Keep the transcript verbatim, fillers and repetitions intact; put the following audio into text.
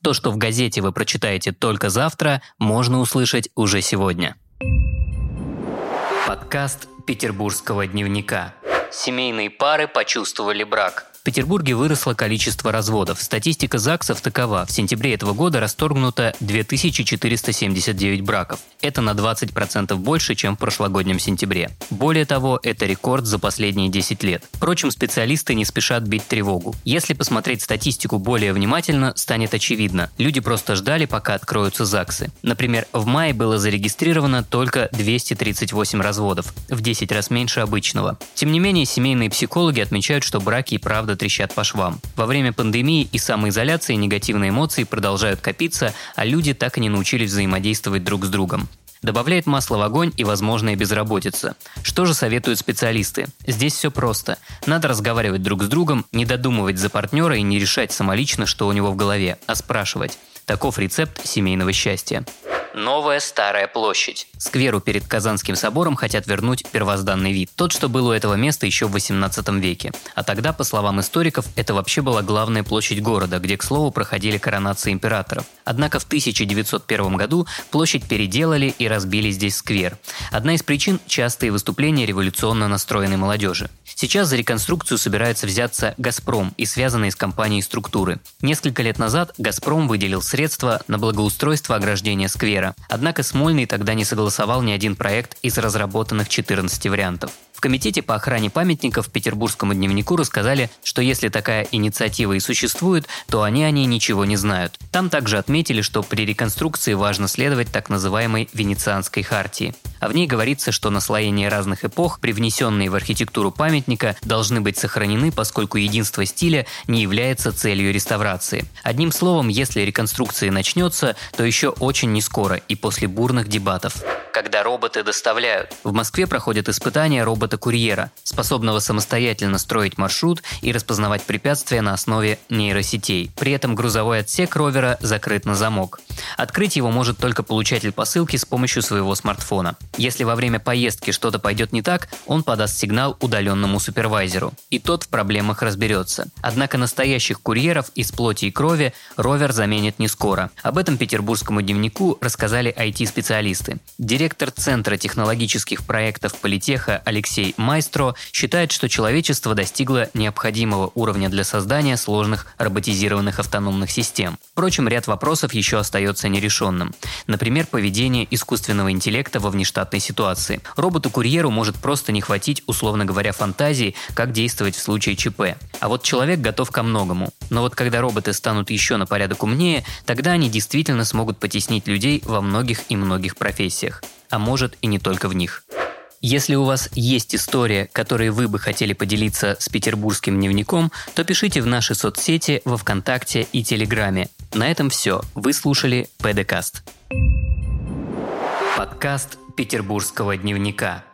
То, что в газете вы прочитаете только завтра, можно услышать уже сегодня. Подкаст Петербургского дневника. Семейные пары почувствовали брак. В Петербурге выросло количество разводов. Статистика ЗАГСов такова. В сентябре этого года расторгнуто две тысячи четыреста семьдесят девять браков. Это на двадцать процентов больше, чем в прошлогоднем сентябре. Более того, это рекорд за последние десять лет. Впрочем, специалисты не спешат бить тревогу. Если посмотреть статистику более внимательно, станет очевидно. Люди просто ждали, пока откроются ЗАГСы. Например, в мае было зарегистрировано только двести тридцать восемь разводов, в десять раз меньше обычного. Тем не менее, семейные психологи отмечают, что браки и правда трещат по швам. Во время пандемии и самоизоляции негативные эмоции продолжают копиться, а люди так и не научились взаимодействовать друг с другом. Добавляет масло в огонь и возможная безработица. Что же советуют специалисты? Здесь все просто. Надо разговаривать друг с другом, не додумывать за партнера и не решать самолично, что у него в голове, а спрашивать. Таков рецепт семейного счастья. Новая Старая площадь. Скверу перед Казанским собором хотят вернуть первозданный вид. Тот, что был у этого места еще в восемнадцатом веке. А тогда, по словам историков, это вообще была главная площадь города, где, к слову, проходили коронации императоров. Однако в тысяча девятьсот первом году площадь переделали и разбили здесь сквер. Одна из причин – частые выступления революционно настроенной молодежи. Сейчас за реконструкцию собирается взяться «Газпром» и связанные с компанией структуры. Несколько лет назад «Газпром» выделил средства на благоустройство ограждения сквера. Однако Смольный тогда не согласовал ни один проект из разработанных четырнадцати вариантов. В комитете по охране памятников Петербургскому дневнику рассказали, что если такая инициатива и существует, то они о ней ничего не знают. Там также отметили, что при реконструкции важно следовать так называемой Венецианской хартии. А в ней говорится, что наслоения разных эпох, привнесенные в архитектуру памятника, должны быть сохранены, поскольку единство стиля не является целью реставрации. Одним словом, если реконструкция начнется, то еще очень не скоро и после бурных дебатов. Когда роботы доставляют. В Москве проходят испытания робота-курьера, способного самостоятельно строить маршрут и распознавать препятствия на основе нейросетей. При этом грузовой отсек ровера закрыт на замок. Открыть его может только получатель посылки с помощью своего смартфона. Если во время поездки что-то пойдет не так, он подаст сигнал удаленному супервайзеру, и тот в проблемах разберется. Однако настоящих курьеров из плоти и крови ровер заменит не скоро. Об этом Петербургскому дневнику рассказали ай ти-специалисты. Директор Центра технологических проектов Политеха Алексей Майстро считает, что человечество достигло необходимого уровня для создания сложных роботизированных автономных систем. Впрочем, ряд вопросов еще остается нерешенным. Например, поведение искусственного интеллекта во внештатной ситуации. Роботу-курьеру может просто не хватить, условно говоря, фантазии, как действовать в случае ЧП. А вот человек готов ко многому. Но вот когда роботы станут еще на порядок умнее, тогда они действительно смогут потеснить людей во многих и многих профессиях. А может и не только в них. Если у вас есть история, которой вы бы хотели поделиться с Петербургским дневником, то пишите в наши соцсети во ВКонтакте и Телеграме. На этом все. Вы слушали ПДКаст. Подкаст Петербургского дневника.